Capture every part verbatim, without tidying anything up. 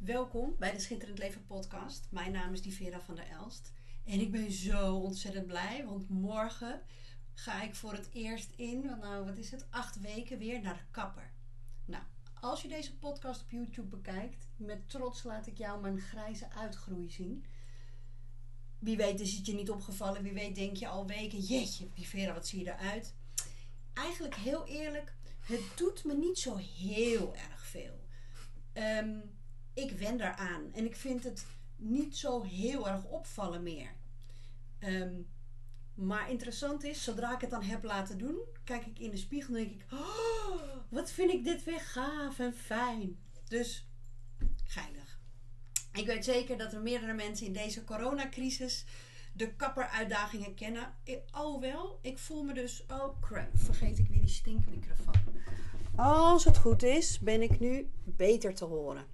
Welkom bij de Schitterend Leven podcast. Mijn naam is Divera van der Elst. En ik ben zo ontzettend blij, want morgen ga ik voor het eerst in, want nou wat is het, acht weken weer naar de kapper. Nou, als je deze podcast op YouTube bekijkt, met trots laat ik jou mijn grijze uitgroei zien. Wie weet is het je niet opgevallen, wie weet denk je al weken, jeetje Divera, wat zie je eruit. Eigenlijk heel eerlijk, het doet me niet zo heel erg veel. Um, ik wen daaraan en ik vind het niet zo heel erg opvallen meer. Um, maar interessant is, zodra ik het dan heb laten doen, kijk ik in de spiegel en denk ik, oh, wat vind ik dit weer gaaf en fijn. Dus, geinig. Ik weet zeker dat er meerdere mensen in deze coronacrisis de kapperuitdagingen kennen. Alhoewel, ik voel me dus, oh crap, vergeet ik weer die stinkmicrofoon. Als het goed is, ben ik nu beter te horen.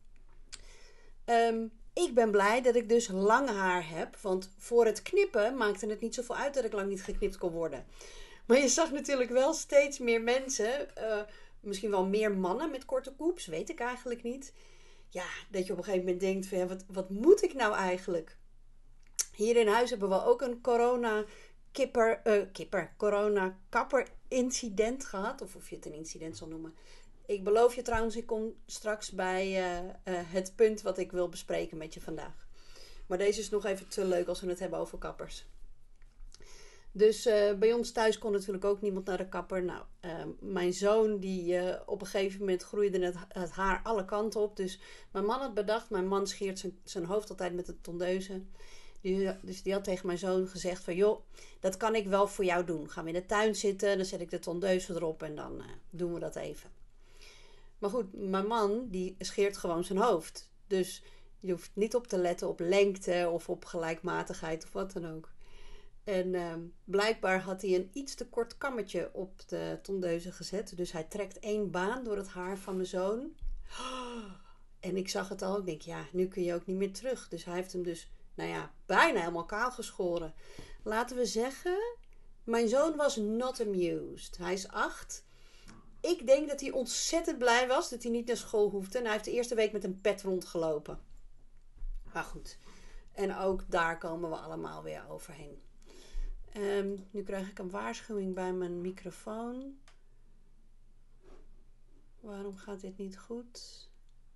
Um, ik ben blij dat ik dus lang haar heb. Want voor het knippen maakte het niet zoveel uit dat ik lang niet geknipt kon worden. Maar je zag natuurlijk wel steeds meer mensen. Uh, misschien wel meer mannen met korte koeps. Weet ik eigenlijk niet. Ja, dat je op een gegeven moment denkt van, ja, wat, wat moet ik nou eigenlijk? Hier in huis hebben we ook een corona kipper, uh, kipper, corona kapper incident gehad. Of of je het een incident zal noemen. Ik beloof je trouwens, ik kom straks bij uh, uh, het punt wat ik wil bespreken met je vandaag. Maar deze is nog even te leuk als we het hebben over kappers. Dus uh, bij ons thuis kon natuurlijk ook niemand naar de kapper. Nou, uh, mijn zoon die uh, op een gegeven moment groeide het, het haar alle kanten op. Dus mijn man had bedacht, mijn man scheert zijn, zijn hoofd altijd met de tondeuze. Die, dus die had tegen mijn zoon gezegd van, joh, dat kan ik wel voor jou doen. Gaan we in de tuin zitten, dan zet ik de tondeuze erop en dan uh, doen we dat even. Maar goed, mijn man die scheert gewoon zijn hoofd. Dus je hoeft niet op te letten op lengte of op gelijkmatigheid of wat dan ook. En uh, blijkbaar had hij een iets te kort kammetje op de tondeuze gezet. Dus hij trekt één baan door het haar van mijn zoon. En ik zag het al. Ik denk, ja, nu kun je ook niet meer terug. Dus hij heeft hem dus, nou ja, bijna helemaal kaal geschoren. Laten we zeggen, mijn zoon was not amused. Hij is acht. Ik denk dat hij ontzettend blij was dat hij niet naar school hoefde. En hij heeft de eerste week met een pet rondgelopen. Maar goed. En ook daar komen we allemaal weer overheen. Um, nu krijg ik een waarschuwing bij mijn microfoon. Waarom gaat dit niet goed?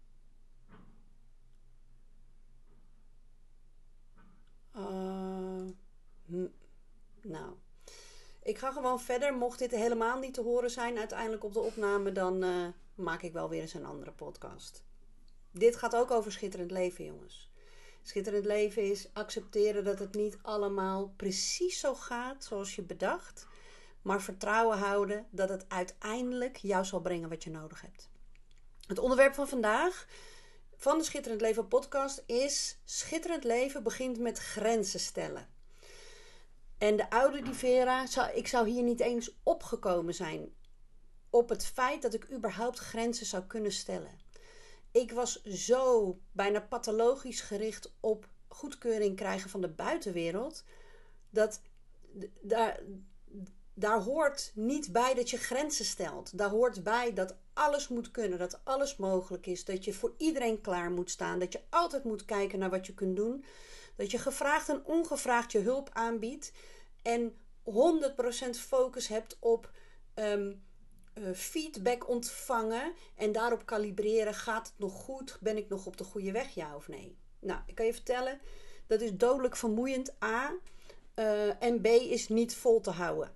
Uh, hm, nou... Ik ga gewoon verder. Mocht dit helemaal niet te horen zijn uiteindelijk op de opname, dan uh, maak ik wel weer eens een andere podcast. Dit gaat ook over schitterend leven, jongens. Schitterend leven is accepteren dat het niet allemaal precies zo gaat zoals je bedacht. Maar vertrouwen houden dat het uiteindelijk jou zal brengen wat je nodig hebt. Het onderwerp van vandaag van de Schitterend Leven podcast is: schitterend leven begint met grenzen stellen. En de oude Divera, ik zou hier niet eens opgekomen zijn op het feit dat ik überhaupt grenzen zou kunnen stellen. Ik was zo bijna pathologisch gericht op goedkeuring krijgen van de buitenwereld, dat daar, daar hoort niet bij dat je grenzen stelt. Daar hoort bij dat alles moet kunnen, dat alles mogelijk is, dat je voor iedereen klaar moet staan, dat je altijd moet kijken naar wat je kunt doen. Dat je gevraagd en ongevraagd je hulp aanbiedt. En honderd procent focus hebt op um, uh, feedback ontvangen. En daarop kalibreren. Gaat het nog goed? Ben ik nog op de goede weg? Ja of nee? Nou, ik kan je vertellen. Dat is dodelijk vermoeiend. A. Uh, en B is niet vol te houden.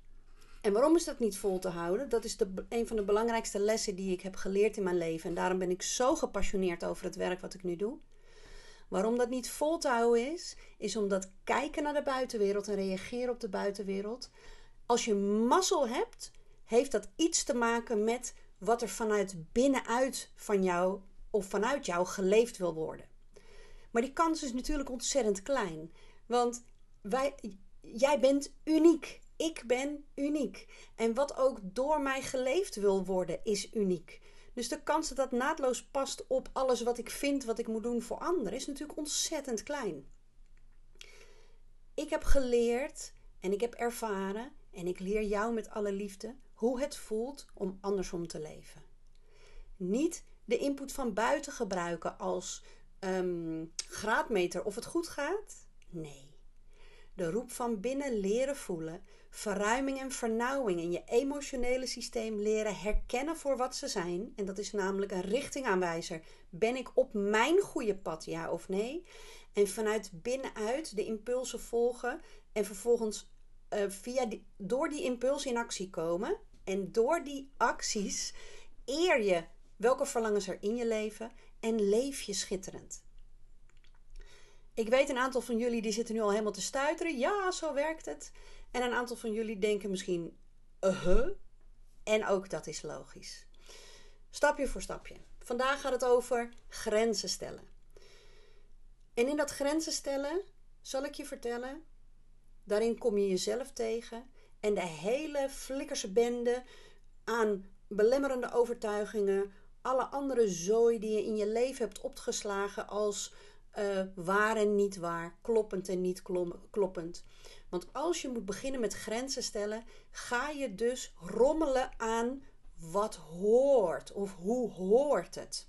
En waarom is dat niet vol te houden? Dat is de, een van de belangrijkste lessen die ik heb geleerd in mijn leven. En daarom ben ik zo gepassioneerd over het werk wat ik nu doe. Waarom dat niet vol te houden is, is omdat kijken naar de buitenwereld en reageren op de buitenwereld. Als je mazzel hebt, heeft dat iets te maken met wat er vanuit binnenuit van jou of vanuit jou geleefd wil worden. Maar die kans is natuurlijk ontzettend klein. Want wij, jij bent uniek. Ik ben uniek. En wat ook door mij geleefd wil worden, is uniek. Dus de kans dat dat naadloos past op alles wat ik vind wat ik moet doen voor anderen is natuurlijk ontzettend klein. Ik heb geleerd en ik heb ervaren en ik leer jou met alle liefde hoe het voelt om andersom te leven. Niet de input van buiten gebruiken als um, graadmeter of het goed gaat? Nee. De roep van binnen leren voelen, verruiming en vernauwing in je emotionele systeem leren herkennen voor wat ze zijn. En dat is namelijk een richtingaanwijzer. Ben ik op mijn goede pad, ja of nee? En vanuit binnenuit de impulsen volgen en vervolgens uh, via die, door die impulsen in actie komen. En door die acties eer je welke verlangens er in je leven en leef je schitterend. Ik weet een aantal van jullie die zitten nu al helemaal te stuiteren. Ja, zo werkt het. En een aantal van jullie denken misschien, uh-huh. En ook dat is logisch. Stapje voor stapje. Vandaag gaat het over grenzen stellen. En in dat grenzen stellen zal ik je vertellen, daarin kom je jezelf tegen en de hele flikkerse bende aan belemmerende overtuigingen, alle andere zooi die je in je leven hebt opgeslagen als uh, waar en niet waar, kloppend en niet kloppend. Want als je moet beginnen met grenzen stellen, ga je dus rommelen aan wat hoort of hoe hoort het.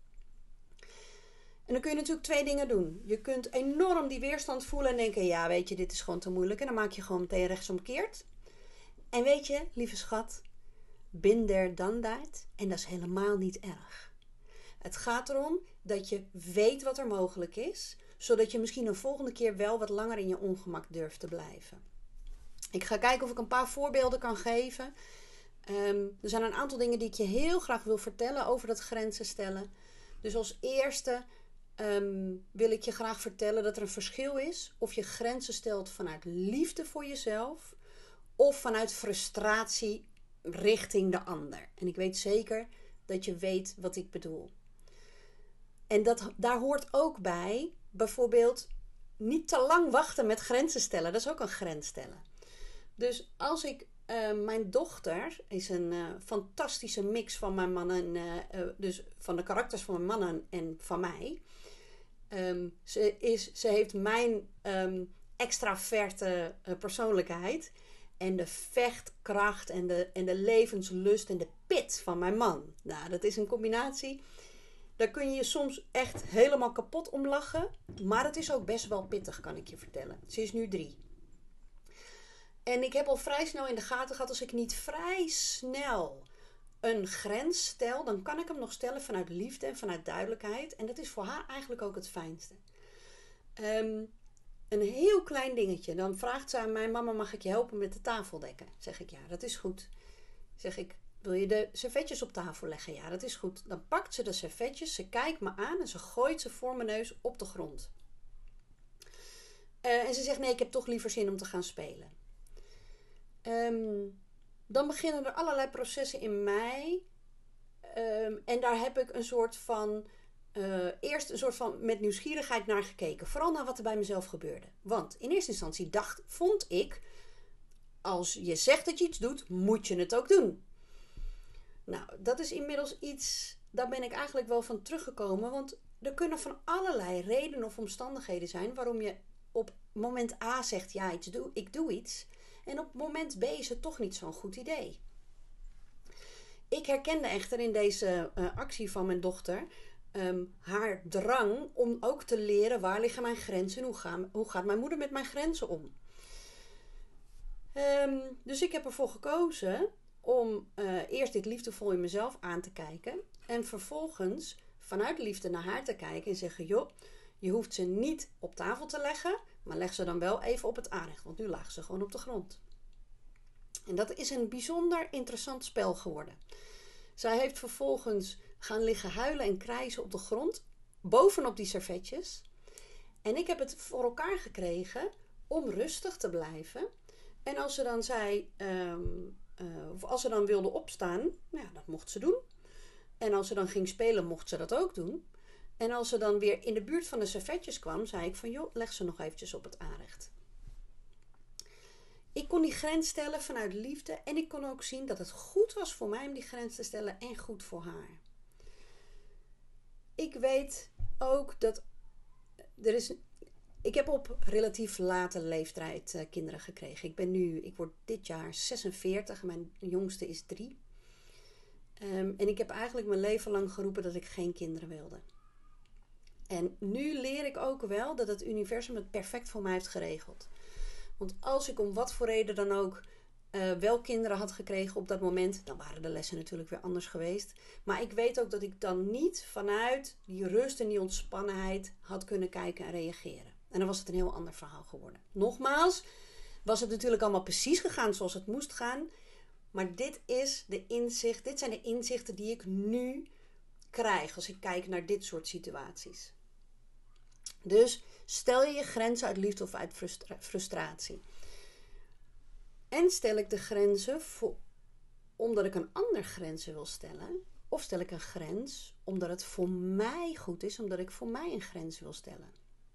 En dan kun je natuurlijk twee dingen doen. Je kunt enorm die weerstand voelen en denken, ja weet je, dit is gewoon te moeilijk. En dan maak je gewoon meteen rechtsomkeert. En weet je, lieve schat, been there, done that. En dat is helemaal niet erg. Het gaat erom dat je weet wat er mogelijk is, zodat je misschien een volgende keer wel wat langer in je ongemak durft te blijven. Ik ga kijken of ik een paar voorbeelden kan geven. Um, er zijn een aantal dingen die ik je heel graag wil vertellen over dat grenzen stellen. Dus als eerste um, wil ik je graag vertellen dat er een verschil is of je grenzen stelt vanuit liefde voor jezelf of vanuit frustratie richting de ander. En ik weet zeker dat je weet wat ik bedoel. En dat, daar hoort ook bij bijvoorbeeld niet te lang wachten met grenzen stellen. Dat is ook een grens stellen. Dus als ik, uh, mijn dochter is een uh, fantastische mix van mijn mannen, uh, uh, dus van de karakters van mijn mannen en van mij. Um, ze, is, ze heeft mijn um, extraverte uh, persoonlijkheid en de vechtkracht en de, en de levenslust en de pit van mijn man. Nou, dat is een combinatie. Daar kun je je soms echt helemaal kapot om lachen. Maar het is ook best wel pittig, kan ik je vertellen. Ze is nu drie. En ik heb al vrij snel in de gaten gehad, als ik niet vrij snel een grens stel, dan kan ik hem nog stellen vanuit liefde en vanuit duidelijkheid. En dat is voor haar eigenlijk ook het fijnste. Um, een heel klein dingetje. Dan vraagt ze aan mij, mama, mag ik je helpen met de tafel dekken? Zeg ik, ja, dat is goed. Zeg ik, wil je de servetjes op tafel leggen? Ja, dat is goed. Dan pakt ze de servetjes, ze kijkt me aan en ze gooit ze voor mijn neus op de grond. Uh, en ze zegt, nee, ik heb toch liever zin om te gaan spelen. Um, dan beginnen er allerlei processen in mij. Um, en daar heb ik een soort van, uh, eerst een soort van met nieuwsgierigheid naar gekeken. Vooral naar wat er bij mezelf gebeurde. Want in eerste instantie dacht, vond ik, als je zegt dat je iets doet, moet je het ook doen. Nou, dat is inmiddels iets, daar ben ik eigenlijk wel van teruggekomen. Want er kunnen van allerlei redenen of omstandigheden zijn waarom je op moment A zegt, ja, iets doe, ik doe iets. En op moment B is het toch niet zo'n goed idee. Ik herkende echter in deze uh, actie van mijn dochter um, haar drang om ook te leren waar liggen mijn grenzen en hoe, gaan, hoe gaat mijn moeder met mijn grenzen om. Um, dus ik heb ervoor gekozen om uh, eerst dit liefdevol in mezelf aan te kijken en vervolgens vanuit liefde naar haar te kijken en zeggen, joh, je hoeft ze niet op tafel te leggen, maar leg ze dan wel even op het aanrecht, want nu lagen ze gewoon op de grond. En dat is een bijzonder interessant spel geworden. Zij heeft vervolgens gaan liggen huilen en krijsen op de grond, bovenop die servetjes. En ik heb het voor elkaar gekregen om rustig te blijven. En als ze dan zei, um, uh, of als ze dan wilde opstaan, nou ja, dat mocht ze doen. En als ze dan ging spelen, mocht ze dat ook doen. En als ze dan weer in de buurt van de servetjes kwam, zei ik van, joh, leg ze nog eventjes op het aanrecht. Ik kon die grens stellen vanuit liefde en ik kon ook zien dat het goed was voor mij om die grens te stellen en goed voor haar. Ik weet ook dat er is. Ik heb op relatief late leeftijd uh, kinderen gekregen. Ik ben nu, ik word dit jaar zesenveertig, mijn jongste is drie. Um, en ik heb eigenlijk mijn leven lang geroepen dat ik geen kinderen wilde. En nu leer ik ook wel dat het universum het perfect voor mij heeft geregeld. Want als ik om wat voor reden dan ook uh, wel kinderen had gekregen op dat moment, dan waren de lessen natuurlijk weer anders geweest. Maar ik weet ook dat ik dan niet vanuit die rust en die ontspannenheid had kunnen kijken en reageren. En dan was het een heel ander verhaal geworden. Nogmaals, was het natuurlijk allemaal precies gegaan zoals het moest gaan. Maar dit is de inzicht, dit zijn de inzichten die ik nu krijg als ik kijk naar dit soort situaties. Dus stel je je grenzen uit liefde of uit frustra- frustratie. En stel ik de grenzen voor, omdat ik een ander grenzen wil stellen. Of stel ik een grens omdat het voor mij goed is, omdat ik voor mij een grens wil stellen.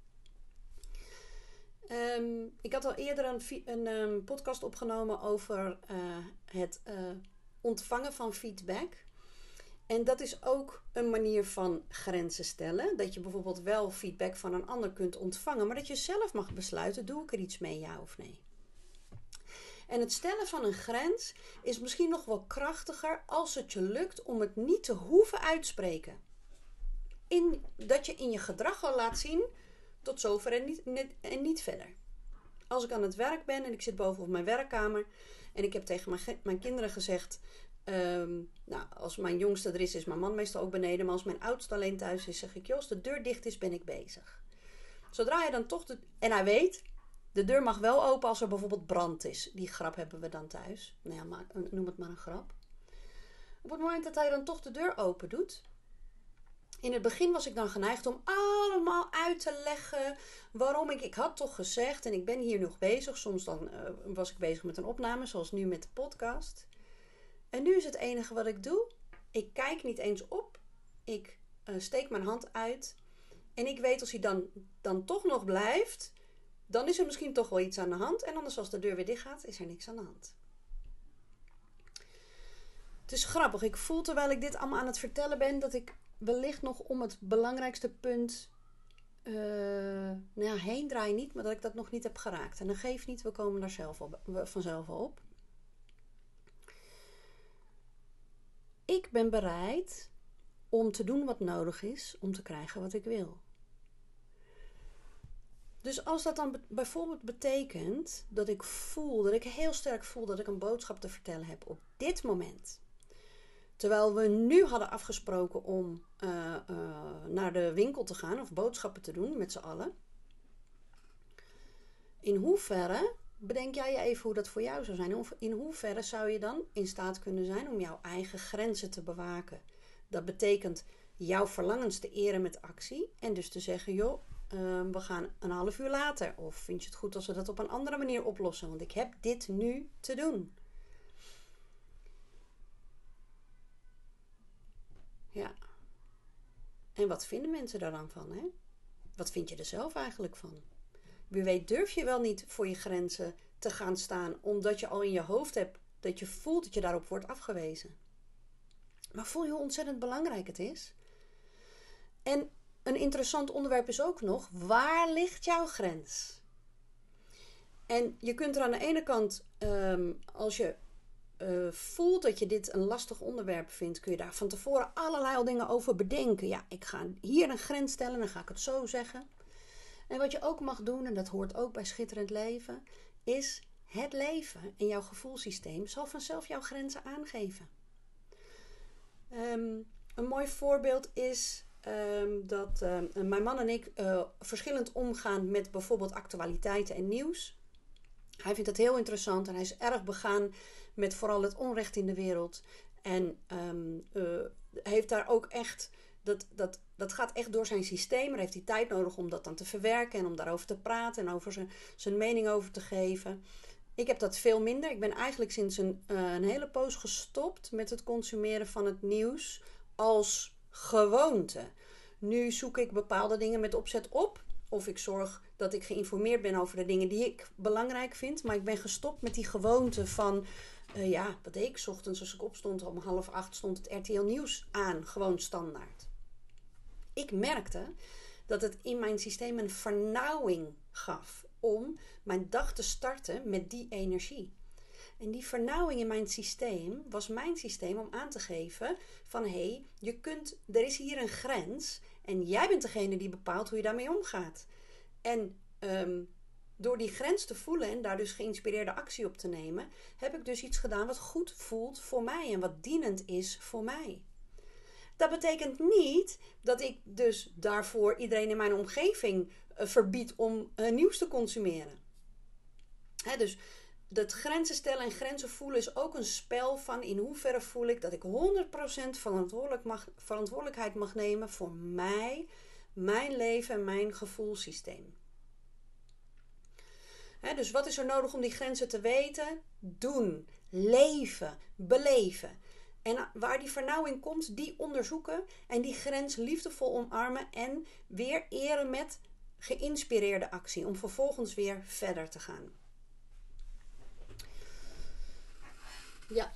Um, ik had al eerder een, een um, podcast opgenomen over uh, het uh, ontvangen van feedback. En dat is ook een manier van grenzen stellen. Dat je bijvoorbeeld wel feedback van een ander kunt ontvangen, maar dat je zelf mag besluiten, doe ik er iets mee, ja of nee. En het stellen van een grens is misschien nog wel krachtiger als het je lukt om het niet te hoeven uitspreken. In, dat je in je gedrag al laat zien, tot zover en niet, net, en niet verder. Als ik aan het werk ben en ik zit boven op mijn werkkamer en ik heb tegen mijn, mijn kinderen gezegd, um, nou, als mijn jongste er is, is mijn man meestal ook beneden, maar als mijn oudste alleen thuis is, zeg ik, joh, als de deur dicht is, ben ik bezig. Zodra je dan toch, de, en hij weet, de deur mag wel open als er bijvoorbeeld brand is. Die grap hebben we dan thuis. Nou ja, maar, noem het maar een grap. Op het moment dat hij dan toch de deur open doet, in het begin was ik dan geneigd om allemaal uit te leggen waarom ik... Ik had toch gezegd en ik ben hier nog bezig. Soms dan uh, was ik bezig met een opname, zoals nu met de podcast. En nu is het enige wat ik doe. Ik kijk niet eens op. Ik uh, steek mijn hand uit. En ik weet als hij dan, dan toch nog blijft, dan is er misschien toch wel iets aan de hand. En anders als de deur weer dicht gaat, is er niks aan de hand. Het is grappig. Ik voel terwijl ik dit allemaal aan het vertellen ben, dat ik wellicht nog om het belangrijkste punt uh, nou ja, heen draai niet, maar dat ik dat nog niet heb geraakt. En dat geeft niet, we komen daar zelf op, vanzelf al op. Ik ben bereid om te doen wat nodig is om te krijgen wat ik wil. Dus als dat dan bijvoorbeeld betekent dat ik voel, dat ik heel sterk voel dat ik een boodschap te vertellen heb op dit moment. Terwijl we nu hadden afgesproken om uh, uh, naar de winkel te gaan of boodschappen te doen met z'n allen. In hoeverre, bedenk jij je even hoe dat voor jou zou zijn. In hoeverre zou je dan in staat kunnen zijn om jouw eigen grenzen te bewaken. Dat betekent jouw verlangens te eren met actie. En dus te zeggen, joh, uh, we gaan een half uur later. Of vind je het goed als we dat op een andere manier oplossen? Want ik heb dit nu te doen. Ja. En wat vinden mensen daar dan van, hè? Wat vind je er zelf eigenlijk van? Wie weet durf je wel niet voor je grenzen te gaan staan, omdat je al in je hoofd hebt dat je voelt dat je daarop wordt afgewezen. Maar voel je hoe ontzettend belangrijk het is? En een interessant onderwerp is ook nog, waar ligt jouw grens? En je kunt er aan de ene kant, um, als je uh, voelt dat je dit een lastig onderwerp vindt, kun je daar van tevoren allerlei al dingen over bedenken. Ja, ik ga hier een grens stellen, dan ga ik het zo zeggen. En wat je ook mag doen, en dat hoort ook bij schitterend leven, is het leven en jouw gevoelssysteem zal vanzelf jouw grenzen aangeven. Um, een mooi voorbeeld is um, dat um, mijn man en ik uh, verschillend omgaan met bijvoorbeeld actualiteiten en nieuws. Hij vindt het heel interessant en hij is erg begaan met vooral het onrecht in de wereld. En um, uh, heeft daar ook echt, dat, dat, dat gaat echt door zijn systeem. Daar heeft hij tijd nodig om dat dan te verwerken en om daarover te praten en over zijn, zijn mening over te geven. Ik heb dat veel minder. Ik ben eigenlijk sinds een, uh, een hele poos gestopt met het consumeren van het nieuws als gewoonte. Nu zoek ik bepaalde dingen met opzet op. Of ik zorg dat ik geïnformeerd ben over de dingen die ik belangrijk vind. Maar ik ben gestopt met die gewoonte van, uh, ja, wat deed ik 's ochtends als ik opstond, om half acht stond het R T L Nieuws aan. Gewoon standaard. Ik merkte dat het in mijn systeem een vernauwing gaf om mijn dag te starten met die energie. En die vernauwing in mijn systeem was mijn systeem om aan te geven van hé, hey, je kunt, er is hier een grens en jij bent degene die bepaalt hoe je daarmee omgaat. En um, door die grens te voelen en daar dus geïnspireerde actie op te nemen, heb ik dus iets gedaan wat goed voelt voor mij en wat dienend is voor mij. Dat betekent niet dat ik dus daarvoor iedereen in mijn omgeving uh, verbied om uh, nieuws te consumeren. Hè, dus dat grenzen stellen en grenzen voelen is ook een spel van in hoeverre voel ik dat ik honderd procent verantwoordelijk mag, verantwoordelijkheid mag nemen voor mij, mijn leven en mijn gevoelssysteem. Hè, dus wat is er nodig om die grenzen te weten? Doen, leven, beleven. En waar die vernauwing komt, die onderzoeken en die grens liefdevol omarmen en weer eren met geïnspireerde actie om vervolgens weer verder te gaan. Ja.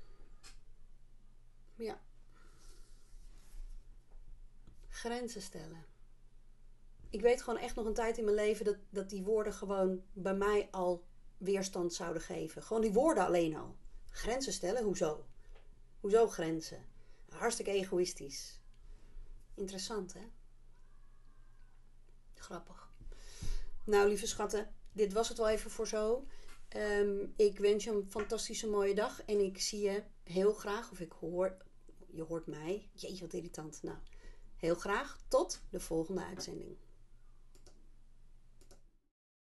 Ja. Grenzen stellen. Ik weet gewoon echt nog een tijd in mijn leven dat, dat die woorden gewoon bij mij al weerstand zouden geven. Gewoon die woorden alleen al. Grenzen stellen, hoezo? Hoezo grenzen? Hartstikke egoïstisch. Interessant, hè? Grappig. Nou, lieve schatten, dit was het wel even voor zo. Um, ik wens je een fantastische mooie dag. En ik zie je heel graag, of ik hoor, je hoort mij. Jeetje, wat irritant. Nou, heel graag tot de volgende uitzending.